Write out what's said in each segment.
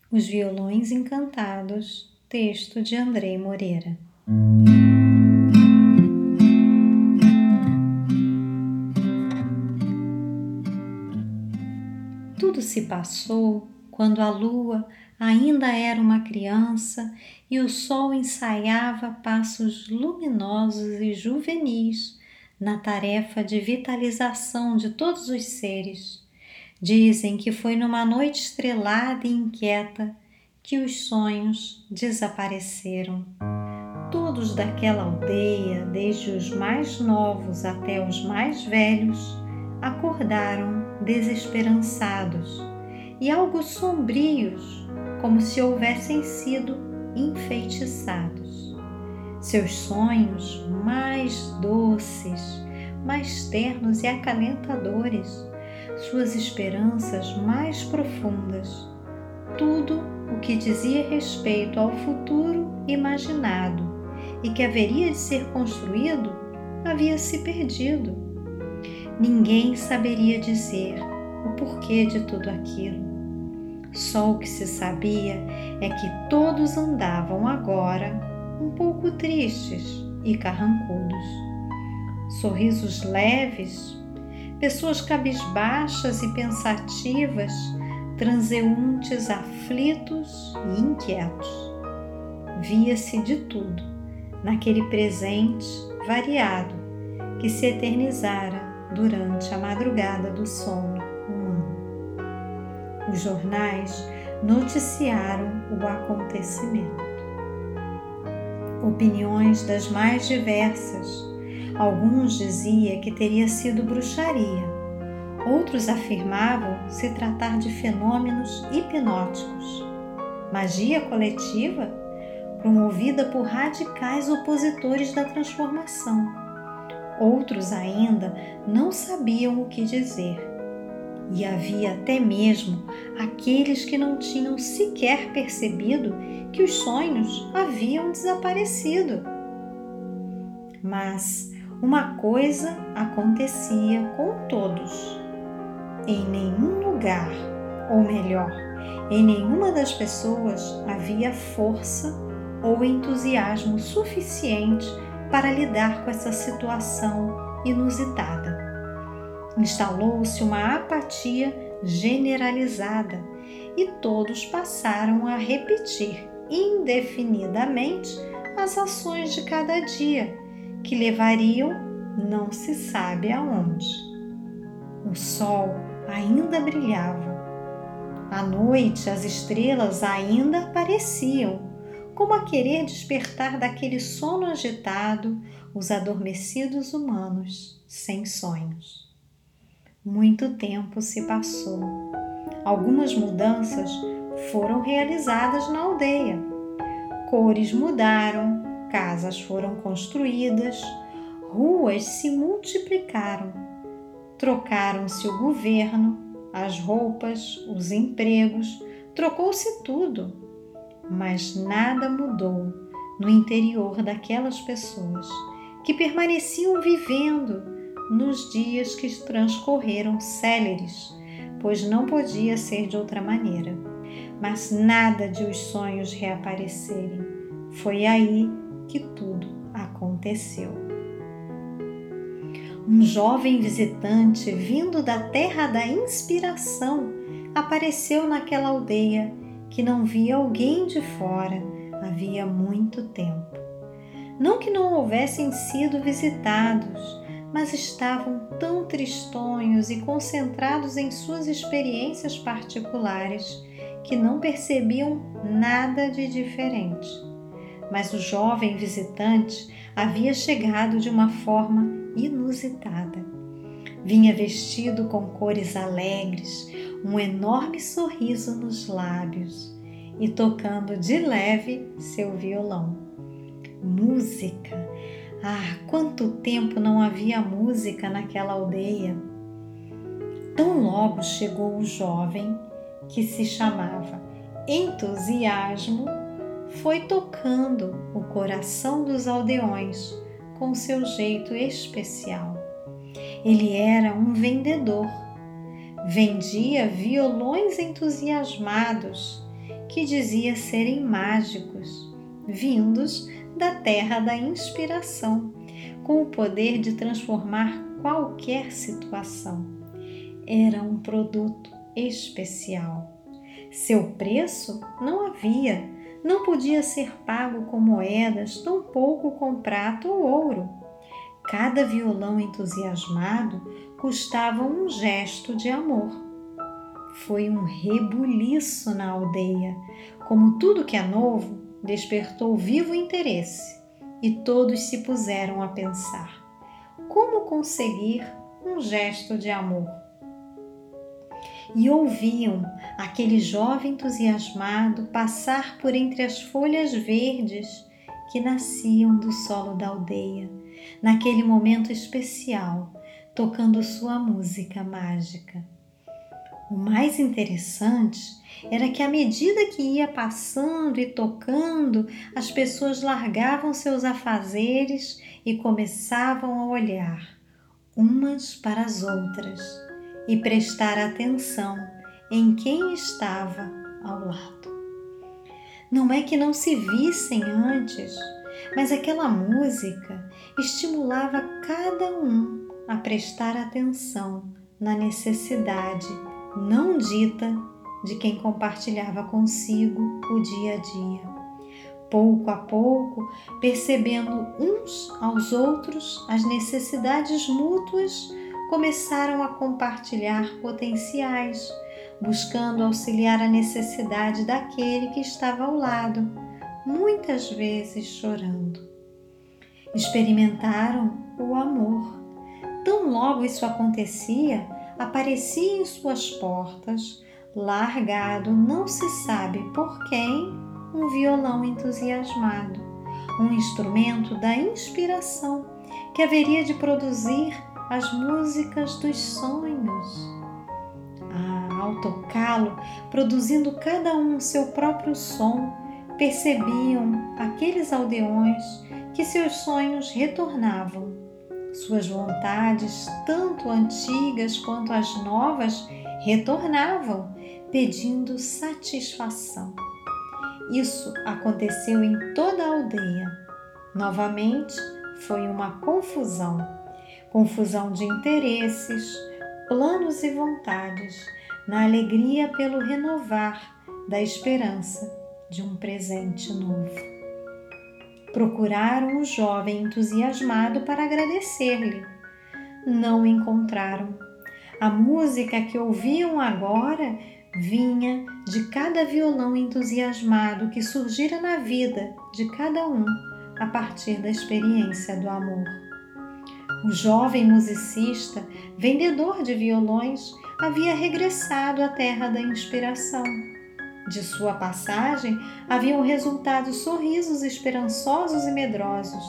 Os Violões Encantados, texto de Andrei Moreira. Tudo se passou quando a lua ainda era uma criança e o sol ensaiava passos luminosos e juvenis na tarefa de vitalização de todos os seres. Dizem que foi numa noite estrelada e inquieta que os sonhos desapareceram. Todos daquela aldeia, desde os mais novos até os mais velhos, acordaram desesperançados e algo sombrios, como se houvessem sido enfeitiçados. Seus sonhos mais doces, mais ternos e acalentadores, suas esperanças mais profundas, tudo o que dizia respeito ao futuro imaginado e que haveria de ser construído havia se perdido. Ninguém saberia dizer o porquê de tudo aquilo. Só o que se sabia é que todos andavam agora um pouco tristes e carrancudos. Sorrisos leves, pessoas cabisbaixas e pensativas, transeuntes aflitos e inquietos. Via-se de tudo naquele presente variado que se eternizara durante a madrugada do sono humano. Os jornais noticiaram o acontecimento. Opiniões das mais diversas. Alguns diziam que teria sido bruxaria. Outros afirmavam se tratar de fenômenos hipnóticos. Magia coletiva promovida por radicais opositores da transformação. Outros ainda não sabiam o que dizer. E havia até mesmo aqueles que não tinham sequer percebido que os sonhos haviam desaparecido. Mas uma coisa acontecia com todos. Em nenhum lugar, ou melhor, em nenhuma das pessoas havia força ou entusiasmo suficiente para lidar com essa situação inusitada. Instalou-se uma apatia generalizada e todos passaram a repetir indefinidamente as ações de cada dia, que levariam não se sabe aonde. O sol ainda brilhava. À noite as estrelas ainda apareciam, como a querer despertar daquele sono agitado os adormecidos humanos sem sonhos. Muito tempo se passou. Algumas mudanças foram realizadas na aldeia. Cores mudaram, casas foram construídas, ruas se multiplicaram. Trocaram-se o governo, as roupas, os empregos, trocou-se tudo. Mas nada mudou no interior daquelas pessoas que permaneciam vivendo nos dias que transcorreram céleres, pois não podia ser de outra maneira. Mas nada de os sonhos reaparecerem. Foi aí que tudo aconteceu. Um jovem visitante vindo da terra da inspiração apareceu naquela aldeia que não via alguém de fora havia muito tempo. Não que não houvessem sido visitados, mas estavam tão tristonhos e concentrados em suas experiências particulares que não percebiam nada de diferente. Mas o jovem visitante havia chegado de uma forma inusitada. Vinha vestido com cores alegres, um enorme sorriso nos lábios e tocando de leve seu violão. Música! Ah, quanto tempo não havia música naquela aldeia! Tão logo chegou o jovem, que se chamava Entusiasmo, foi tocando o coração dos aldeões com seu jeito especial. Ele era um vendedor. Vendia violões entusiasmados que dizia serem mágicos, vindos da terra da inspiração, com o poder de transformar qualquer situação. Era um produto especial. Seu preço não havia, não podia ser pago com moedas, tampouco com prata ou ouro. Cada violão entusiasmado custava um gesto de amor. Foi um rebuliço na aldeia. Como tudo que é novo, despertou vivo interesse e todos se puseram a pensar: como conseguir um gesto de amor? E ouviam aquele jovem entusiasmado passar por entre as folhas verdes que nasciam do solo da aldeia, naquele momento especial, tocando sua música mágica. O mais interessante era que, à medida que ia passando e tocando, as pessoas largavam seus afazeres e começavam a olhar umas para as outras e prestar atenção em quem estava ao lado. Não é que não se vissem antes, mas aquela música estimulava cada um a prestar atenção na necessidade não dita de quem compartilhava consigo o dia a dia. Pouco a pouco, percebendo uns aos outros as necessidades mútuas, começaram a compartilhar potenciais, buscando auxiliar a necessidade daquele que estava ao lado, muitas vezes chorando. Experimentaram o amor. Tão logo isso acontecia, aparecia em suas portas, largado não se sabe por quem, um violão entusiasmado, um instrumento da inspiração que haveria de produzir as músicas dos sonhos. Ao tocá-lo, produzindo cada um seu próprio som, percebiam aqueles aldeões que seus sonhos retornavam. Suas vontades, tanto antigas quanto as novas, retornavam, pedindo satisfação. Isso aconteceu em toda a aldeia. Novamente, foi uma confusão de interesses, planos e vontades, na alegria pelo renovar da esperança de um presente novo. Procuraram o jovem entusiasmado para agradecer-lhe. Não o encontraram. A música que ouviam agora vinha de cada violão entusiasmado que surgira na vida de cada um a partir da experiência do amor. O jovem musicista, vendedor de violões, havia regressado à terra da inspiração. De sua passagem haviam resultado sorrisos esperançosos e medrosos,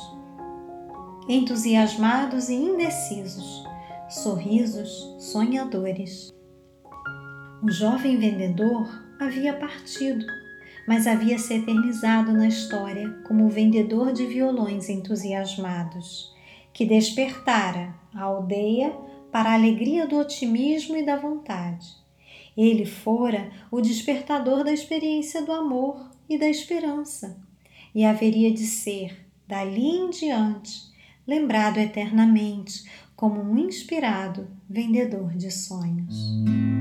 entusiasmados e indecisos, sorrisos sonhadores. O jovem vendedor havia partido, mas havia se eternizado na história como vendedor de violões entusiasmados, que despertara a aldeia para a alegria do otimismo e da vontade. Ele fora o despertador da experiência do amor e da esperança, e haveria de ser, dali em diante, lembrado eternamente como um inspirado vendedor de sonhos.